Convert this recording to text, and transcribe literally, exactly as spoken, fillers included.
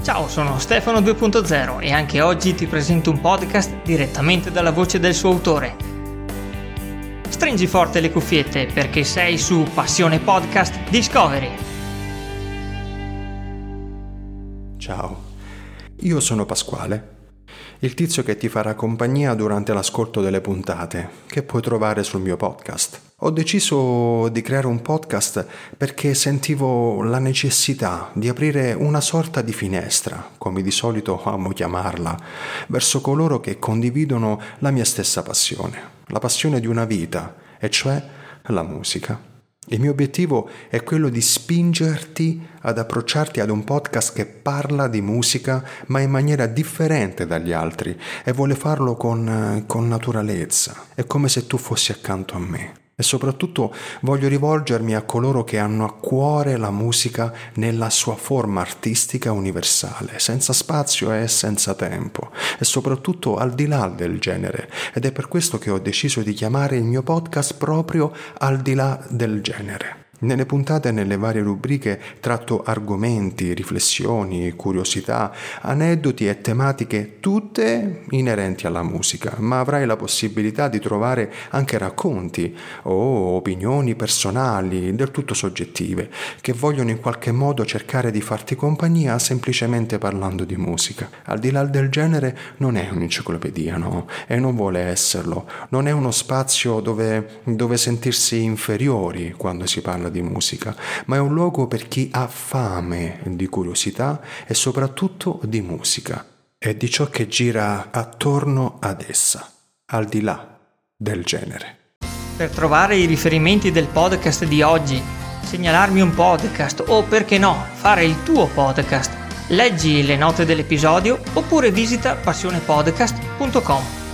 Ciao, sono Stefano due punto zero e anche oggi ti presento un podcast direttamente dalla voce del suo autore. Stringi forte le cuffiette perché sei su Passione Podcast Discovery. Ciao, io sono Pasquale, il tizio che ti farà compagnia durante l'ascolto delle puntate che puoi trovare sul mio podcast. Ho deciso di creare un podcast perché sentivo la necessità di aprire una sorta di finestra, come di solito amo chiamarla, verso coloro che condividono la mia stessa passione, la passione di una vita, e cioè la musica. Il mio obiettivo è quello di spingerti ad approcciarti ad un podcast che parla di musica ma in maniera differente dagli altri e vuole farlo con, con naturalezza. È come se tu fossi accanto a me. E soprattutto voglio rivolgermi a coloro che hanno a cuore la musica nella sua forma artistica universale, senza spazio e senza tempo, e soprattutto al di là del genere. Ed è per questo che ho deciso di chiamare il mio podcast proprio Al di là del genere. Nelle puntate e nelle varie rubriche tratto argomenti, riflessioni, curiosità, aneddoti e tematiche tutte inerenti alla musica, ma avrai la possibilità di trovare anche racconti o opinioni personali del tutto soggettive che vogliono in qualche modo cercare di farti compagnia semplicemente parlando di musica. Al di là del genere non è un'enciclopedia, no? E non vuole esserlo. Non è uno spazio dove, dove sentirsi inferiori quando si parla di musica, ma è un luogo per chi ha fame di curiosità e soprattutto di musica e di ciò che gira attorno ad essa, al di là del genere. Per trovare i riferimenti del podcast di oggi, segnalarmi un podcast o, perché no, fare il tuo podcast, leggi le note dell'episodio oppure visita passionepodcast punto com.